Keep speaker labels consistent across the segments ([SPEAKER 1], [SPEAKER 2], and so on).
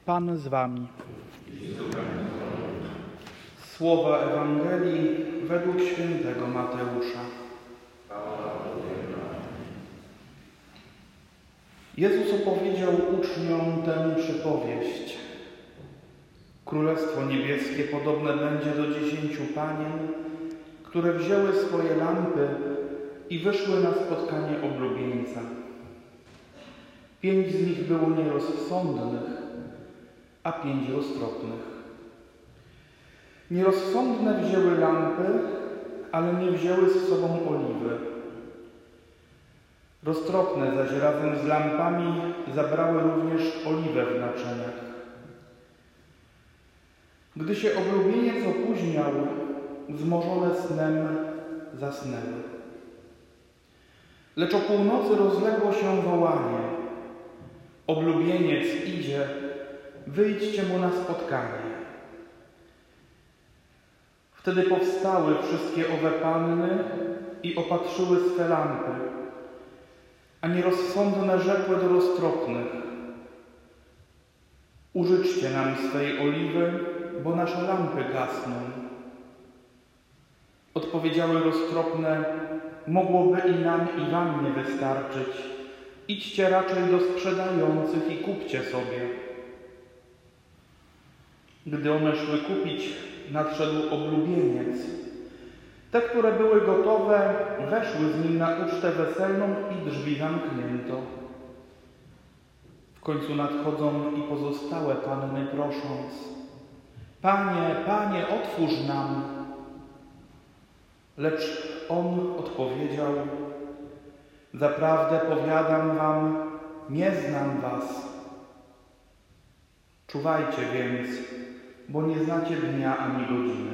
[SPEAKER 1] Pan z wami. Słowa Ewangelii według świętego Mateusza. Jezus opowiedział uczniom tę przypowieść. Królestwo niebieskie podobne będzie do 10 panien, które wzięły swoje lampy i wyszły na spotkanie oblubieńca. 5 z nich było nierozsądnych, a 5 roztropnych. Nierozsądne wzięły lampy, ale nie wzięły z sobą oliwy. Roztropne zaś razem z lampami zabrały również oliwę w naczyniach. Gdy się oblubieniec opóźniał, wzmożone snem zasnęły. Lecz o północy rozległo się wołanie: oblubieniec idzie, wyjdźcie mu na spotkanie. Wtedy powstały wszystkie owe panny i opatrzyły swe lampy, a nierozsądne rzekły do roztropnych: użyczcie nam swej oliwy, bo nasze lampy gasną. Odpowiedziały roztropne: mogłoby i nam, i wam nie wystarczyć. Idźcie raczej do sprzedających i kupcie sobie. Gdy one szły kupić, nadszedł oblubieniec. Te, które były gotowe, weszły z nim na ucztę weselną i drzwi zamknięto. W końcu nadchodzą i pozostałe panny prosząc: Panie, Panie, otwórz nam. Lecz on odpowiedział: zaprawdę powiadam wam, nie znam was. Czuwajcie więc, bo nie znacie dnia ani godziny.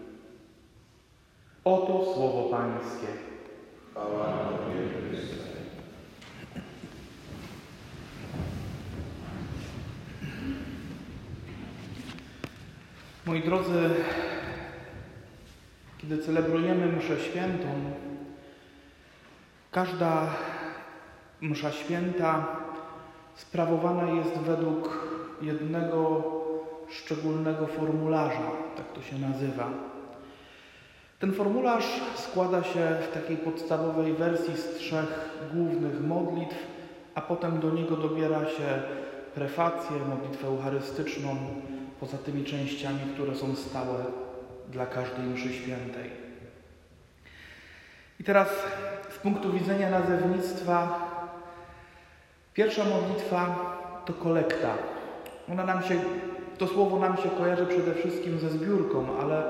[SPEAKER 1] Oto słowo Pańskie.
[SPEAKER 2] Chwała Tobie, Chryste.
[SPEAKER 1] Moi drodzy, kiedy celebrujemy mszę świętą, każda msza święta sprawowana jest według jednego szczególnego formularza, tak to się nazywa. Ten formularz składa się w takiej podstawowej wersji z 3 głównych modlitw, a potem do niego dobiera się prefację, modlitwę eucharystyczną, poza tymi częściami, które są stałe dla każdej mszy świętej. I teraz z punktu widzenia nazewnictwa pierwsza modlitwa to kolekta. To słowo nam się kojarzy przede wszystkim ze zbiórką, ale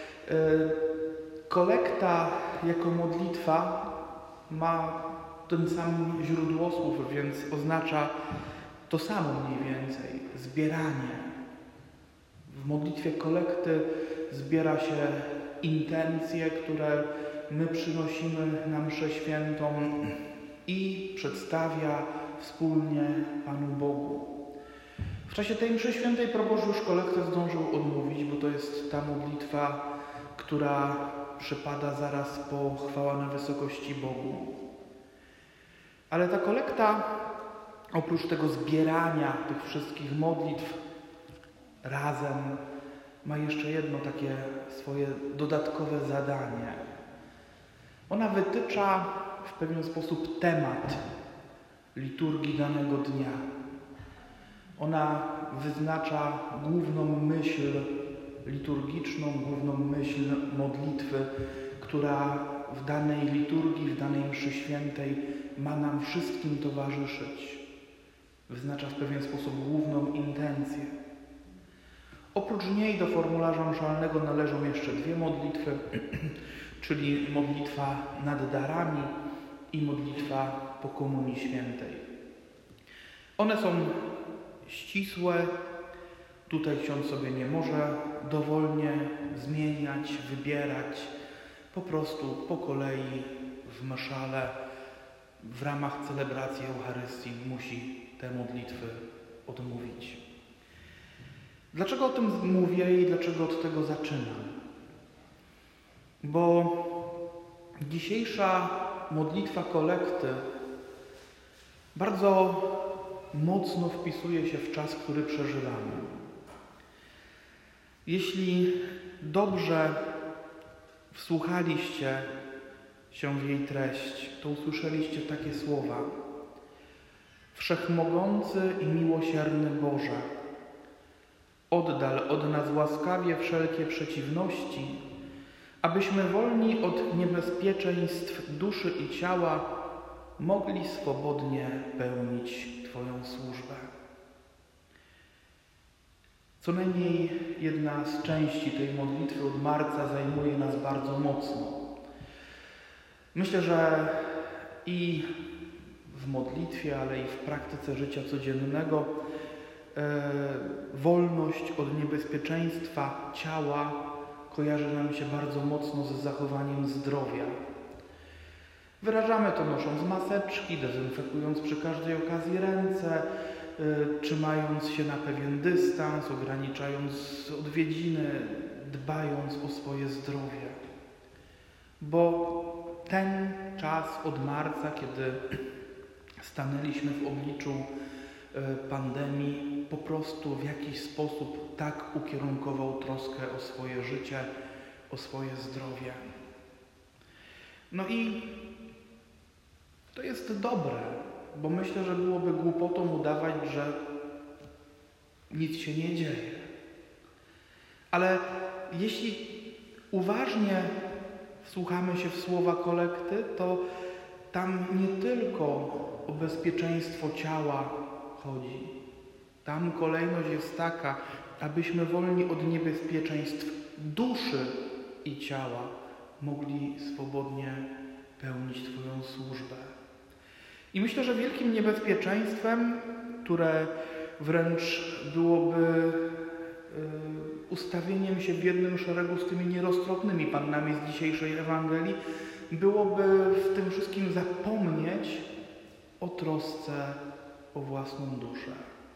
[SPEAKER 1] kolekta jako modlitwa ma ten sam źródłosłów, więc oznacza to samo mniej więcej. Zbieranie. W modlitwie kolekty zbiera się intencje, które my przynosimy na mszę świętą i przedstawia wspólnie Panu Bogu. W czasie tej mszy świętej proboszcz już kolektę zdążył odmówić, bo to jest ta modlitwa, która przypada zaraz po chwała na wysokości Bogu. Ale ta kolekta, oprócz tego zbierania tych wszystkich modlitw razem, ma jeszcze jedno takie swoje dodatkowe zadanie. Ona wytycza w pewien sposób temat liturgii danego dnia. Ona wyznacza główną myśl liturgiczną, główną myśl modlitwy, która w danej liturgii, w danej mszy świętej ma nam wszystkim towarzyszyć. Wyznacza w pewien sposób główną intencję. Oprócz niej do formularza mszalnego należą jeszcze 2 modlitwy, czyli modlitwa nad darami i modlitwa po Komunii Świętej. One są ścisłe. Tutaj ksiądz sobie nie może dowolnie zmieniać, wybierać. Po prostu po kolei w mszale, w ramach celebracji Eucharystii musi te modlitwy odmówić. Dlaczego o tym mówię i dlaczego od tego zaczynam? Bo dzisiejsza modlitwa kolekty bardzo mocno wpisuje się w czas, który przeżywamy. Jeśli dobrze wsłuchaliście się w jej treść, to usłyszeliście takie słowa: Wszechmogący i miłosierny Boże, oddal od nas łaskawie wszelkie przeciwności, abyśmy wolni od niebezpieczeństw duszy i ciała mogli swobodnie pełnić Twoją służbę. Co najmniej jedna z części tej modlitwy od marca zajmuje nas bardzo mocno. Myślę, że i w modlitwie, ale i w praktyce życia codziennego wolność od niebezpieczeństwa ciała kojarzy nam się bardzo mocno z zachowaniem zdrowia. Wyrażamy to nosząc maseczki, dezynfekując przy każdej okazji ręce, trzymając się na pewien dystans, ograniczając odwiedziny, dbając o swoje zdrowie. Bo ten czas od marca, kiedy stanęliśmy w obliczu pandemii, po prostu w jakiś sposób tak ukierunkował troskę o swoje życie, o swoje zdrowie. No i to jest dobre, bo myślę, że byłoby głupotą udawać, że nic się nie dzieje. Ale jeśli uważnie wsłuchamy się w słowa kolekty, to tam nie tylko o bezpieczeństwo ciała chodzi. Tam kolejność jest taka, abyśmy wolni od niebezpieczeństw duszy i ciała mogli swobodnie pełnić Twoją służbę. I myślę, że wielkim niebezpieczeństwem, które wręcz byłoby ustawieniem się w jednym szeregu z tymi nieroztropnymi pannami z dzisiejszej Ewangelii, byłoby w tym wszystkim zapomnieć o trosce o własną duszę.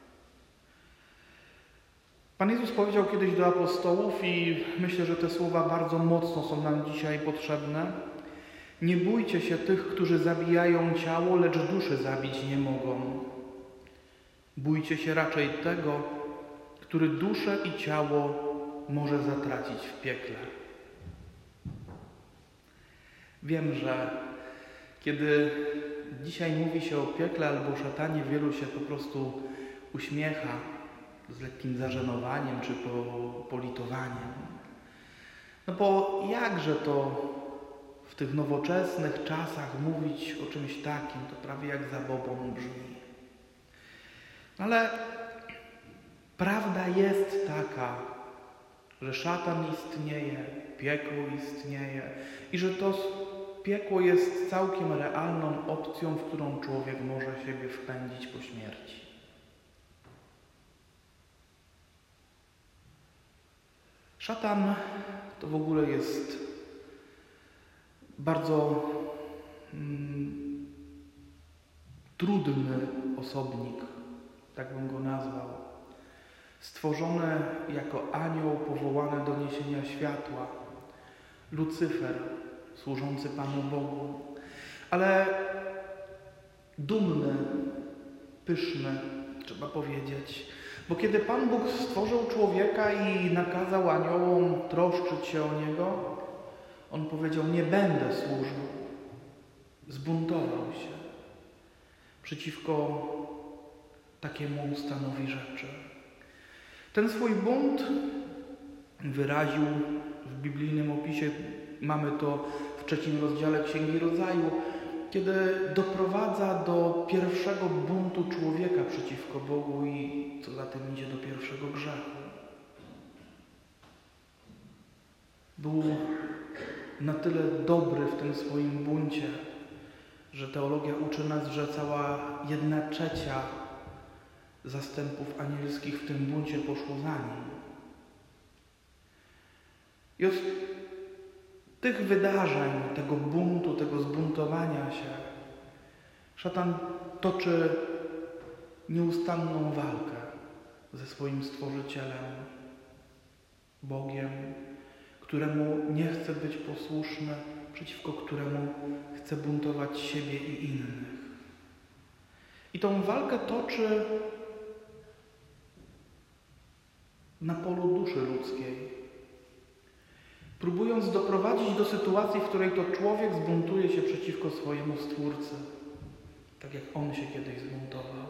[SPEAKER 1] Pan Jezus powiedział kiedyś do apostołów i myślę, że te słowa bardzo mocno są nam dzisiaj potrzebne: nie bójcie się tych, którzy zabijają ciało, lecz duszy zabić nie mogą. Bójcie się raczej tego, który duszę i ciało może zatracić w piekle. Wiem, że kiedy dzisiaj mówi się o piekle albo szatanie, wielu się po prostu uśmiecha z lekkim zażenowaniem czy politowaniem. No bo jakże to w tych nowoczesnych czasach mówić o czymś takim, to prawie jak zabobon brzmi. Ale prawda jest taka, że szatan istnieje, piekło istnieje i że to piekło jest całkiem realną opcją, w którą człowiek może siebie wpędzić po śmierci. Szatan to w ogóle jest bardzo trudny osobnik, tak bym go nazwał. Stworzony jako anioł powołany do niesienia światła, Lucyfer, służący Panu Bogu, ale dumny, pyszny, trzeba powiedzieć. Bo kiedy Pan Bóg stworzył człowieka i nakazał aniołom troszczyć się o niego, on powiedział: nie będę służył. Zbuntował się przeciwko takiemu stanowi rzeczy. Ten swój bunt wyraził w biblijnym opisie, mamy to w 3 rozdziale Księgi Rodzaju, kiedy doprowadza do pierwszego buntu człowieka przeciwko Bogu i co za tym idzie, do pierwszego grzechu. Był na tyle dobry w tym swoim buncie, że teologia uczy nas, że cała 1/3 zastępów anielskich w tym buncie poszło za nim. I od tych wydarzeń, tego buntu, tego zbuntowania się, szatan toczy nieustanną walkę ze swoim Stworzycielem, Bogiem, któremu nie chce być posłuszny, przeciwko któremu chce buntować siebie i innych. I tą walkę toczy na polu duszy ludzkiej, próbując doprowadzić do sytuacji, w której to człowiek zbuntuje się przeciwko swojemu Stwórcy, tak jak on się kiedyś zbuntował.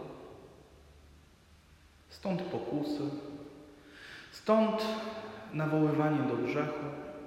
[SPEAKER 1] Stąd pokusy, stąd nawoływanie do grzechu.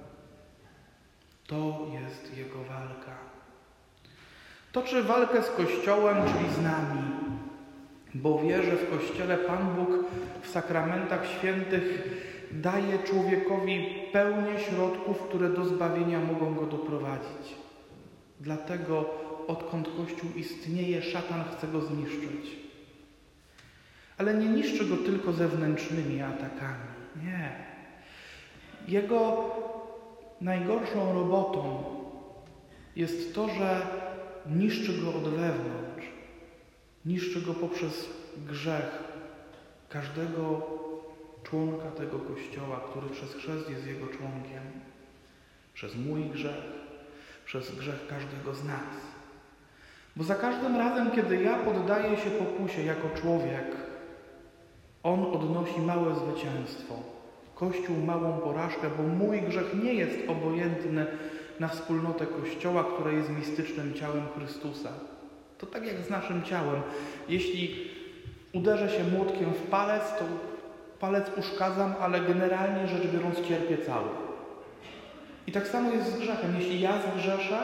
[SPEAKER 1] To jest jego walka. Toczy walkę z Kościołem, czyli z nami, bo wie, że w Kościele Pan Bóg w sakramentach świętych daje człowiekowi pełnię środków, które do zbawienia mogą go doprowadzić. Dlatego, odkąd Kościół istnieje, szatan chce go zniszczyć. Ale nie niszczy go tylko zewnętrznymi atakami. Nie. Jego najgorszą robotą jest to, że niszczy go od wewnątrz. Niszczy go poprzez grzech każdego członka tego Kościoła, który przez chrzest jest jego członkiem. Przez mój grzech, przez grzech każdego z nas. Bo za każdym razem, kiedy ja poddaję się pokusie jako człowiek, on odnosi małe zwycięstwo. Kościół małą porażkę, bo mój grzech nie jest obojętny na wspólnotę Kościoła, które jest mistycznym ciałem Chrystusa. To tak jak z naszym ciałem. Jeśli uderzę się młotkiem w palec, to palec uszkadzam, ale generalnie rzecz biorąc cierpię cały. I tak samo jest z grzechem. Jeśli ja zgrzeszę,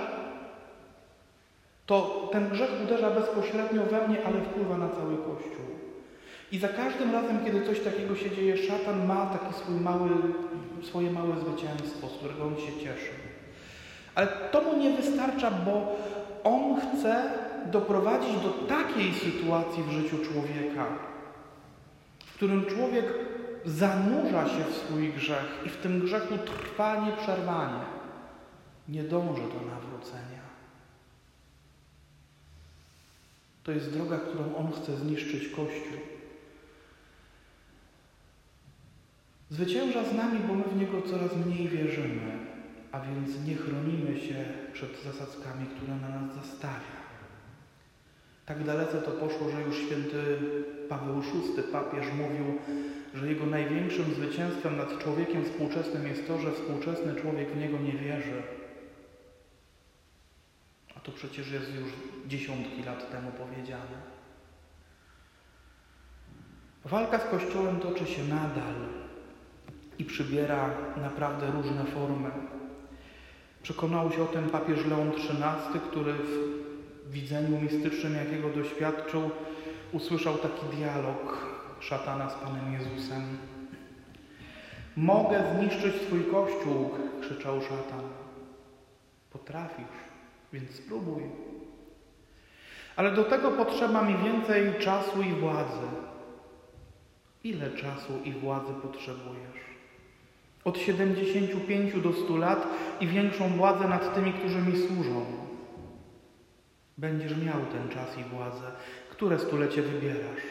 [SPEAKER 1] to ten grzech uderza bezpośrednio we mnie, ale wpływa na cały Kościół. I za każdym razem, kiedy coś takiego się dzieje, szatan ma takie swoje małe zwycięstwo, z którego on się cieszy. Ale to mu nie wystarcza, bo on chce doprowadzić do takiej sytuacji w życiu człowieka, w którym człowiek zanurza się w swój grzech i w tym grzechu trwa nieprzerwanie. Nie dąży do nawrócenia. To jest droga, którą on chce zniszczyć Kościół. Zwycięża z nami, bo my w Niego coraz mniej wierzymy, a więc nie chronimy się przed zasadzkami, które na nas zastawia. Tak dalece to poszło, że już święty Paweł VI, papież, mówił, że jego największym zwycięstwem nad człowiekiem współczesnym jest to, że współczesny człowiek w Niego nie wierzy. A to przecież jest już dziesiątki lat temu powiedziane. Walka z Kościołem toczy się nadal i przybiera naprawdę różne formy. Przekonał się o tym papież Leon XIII, który w widzeniu mistycznym, jakiego doświadczył, usłyszał taki dialog szatana z Panem Jezusem. Mogę zniszczyć Twój Kościół, krzyczał szatan. Potrafisz, więc spróbuj. Ale do tego potrzeba mi więcej czasu i władzy. Ile czasu i władzy potrzebujesz? Od 75 do 100 lat i większą władzę nad tymi, którzy mi służą. Będziesz miał ten czas i władzę. Które stulecie wybierasz?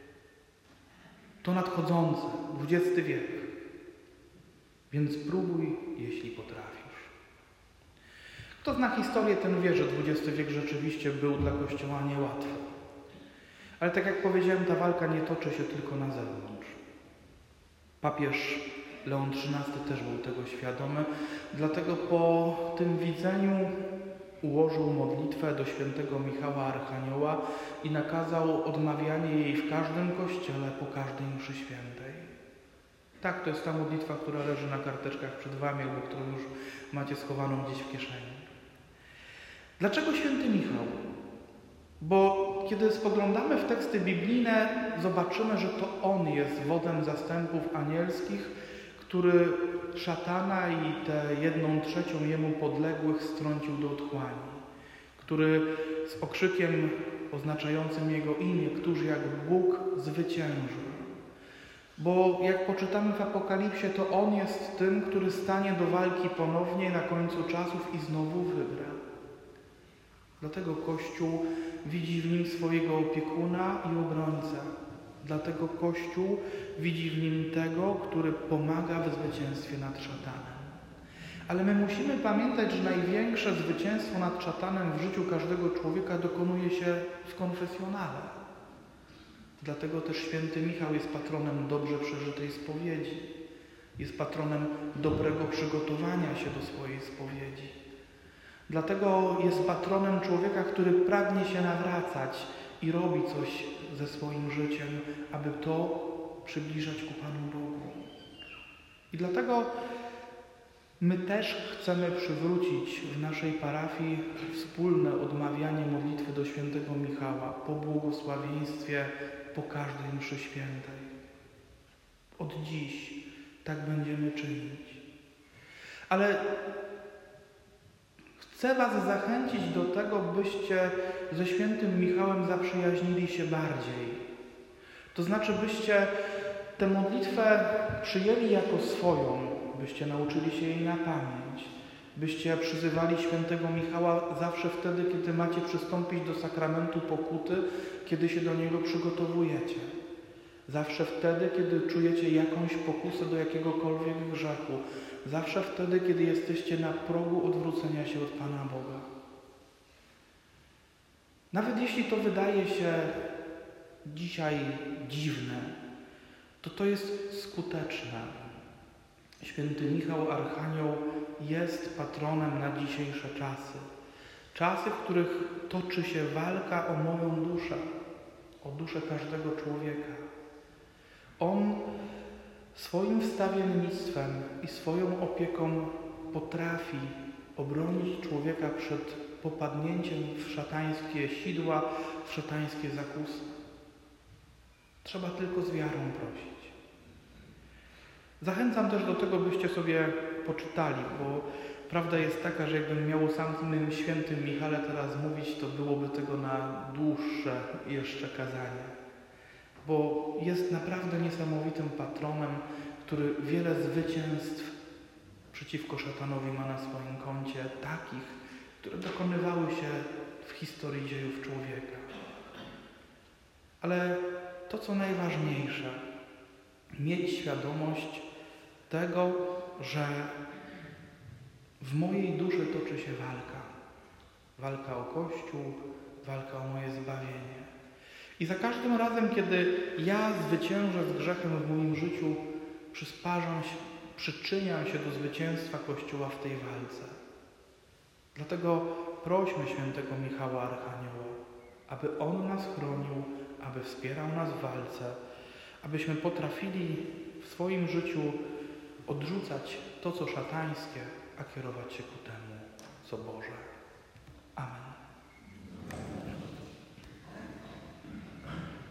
[SPEAKER 1] To nadchodzące, XX wiek. Więc próbuj, jeśli potrafisz. Kto zna historię, ten wie, że XX wiek rzeczywiście był dla Kościoła niełatwy. Ale tak jak powiedziałem, ta walka nie toczy się tylko na zewnątrz. Papież Leon XIII też był tego świadomy, dlatego po tym widzeniu ułożył modlitwę do świętego Michała Archanioła i nakazał odmawianie jej w każdym kościele po każdej mszy świętej. Tak, to jest ta modlitwa, która leży na karteczkach przed Wami, albo którą już macie schowaną gdzieś w kieszeni. Dlaczego święty Michał? Bo kiedy spoglądamy w teksty biblijne, zobaczymy, że to on jest wodem zastępów anielskich, który szatana i tę 1/3 jemu podległych strącił do otchłani, który z okrzykiem oznaczającym jego imię, któż jak Bóg zwyciężył. Bo jak poczytamy w Apokalipsie, to on jest tym, który stanie do walki ponownie na końcu czasów i znowu wygra. Dlatego Kościół widzi w nim swojego opiekuna i obrońcę. Dlatego Kościół widzi w nim tego, który pomaga w zwycięstwie nad szatanem. Ale my musimy pamiętać, że największe zwycięstwo nad szatanem w życiu każdego człowieka dokonuje się w konfesjonale. Dlatego też święty Michał jest patronem dobrze przeżytej spowiedzi. Jest patronem dobrego przygotowania się do swojej spowiedzi. Dlatego jest patronem człowieka, który pragnie się nawracać i robi coś ze swoim życiem, aby to przybliżać ku Panu Bogu. I dlatego my też chcemy przywrócić w naszej parafii wspólne odmawianie modlitwy do świętego Michała po błogosławieństwie, po każdej mszy świętej. Od dziś tak będziemy czynić. Ale chcę Was zachęcić do tego, byście ze świętym Michałem zaprzyjaźnili się bardziej. To znaczy, byście tę modlitwę przyjęli jako swoją, byście nauczyli się jej na pamięć, byście przyzywali świętego Michała zawsze wtedy, kiedy macie przystąpić do sakramentu pokuty, kiedy się do niego przygotowujecie. Zawsze wtedy, kiedy czujecie jakąś pokusę do jakiegokolwiek grzechu. Zawsze wtedy, kiedy jesteście na progu odwrócenia się od Pana Boga. Nawet jeśli to wydaje się dzisiaj dziwne, to jest skuteczne. Święty Michał Archanioł jest patronem na dzisiejsze czasy. Czasy, w których toczy się walka o moją duszę, o duszę każdego człowieka. On swoim wstawiennictwem i swoją opieką potrafi obronić człowieka przed popadnięciem w szatańskie sidła, w szatańskie zakusy. Trzeba tylko z wiarą prosić. Zachęcam też do tego, byście sobie poczytali, bo prawda jest taka, że jakbym miał o samym świętym Michale teraz mówić, to byłoby tego na dłuższe jeszcze kazanie. Bo jest naprawdę niesamowitym patronem, który wiele zwycięstw przeciwko szatanowi ma na swoim koncie, takich, które dokonywały się w historii dziejów człowieka. Ale to, co najważniejsze, mieć świadomość tego, że w mojej duszy toczy się walka. Walka o Kościół, walka o moje zbawienie. I za każdym razem, kiedy ja zwyciężę z grzechem w moim życiu, przyczyniam się do zwycięstwa Kościoła w tej walce. Dlatego prośmy świętego Michała Archanioła, aby on nas chronił, aby wspierał nas w walce, abyśmy potrafili w swoim życiu odrzucać to, co szatańskie, a kierować się ku temu, co Boże. Amen.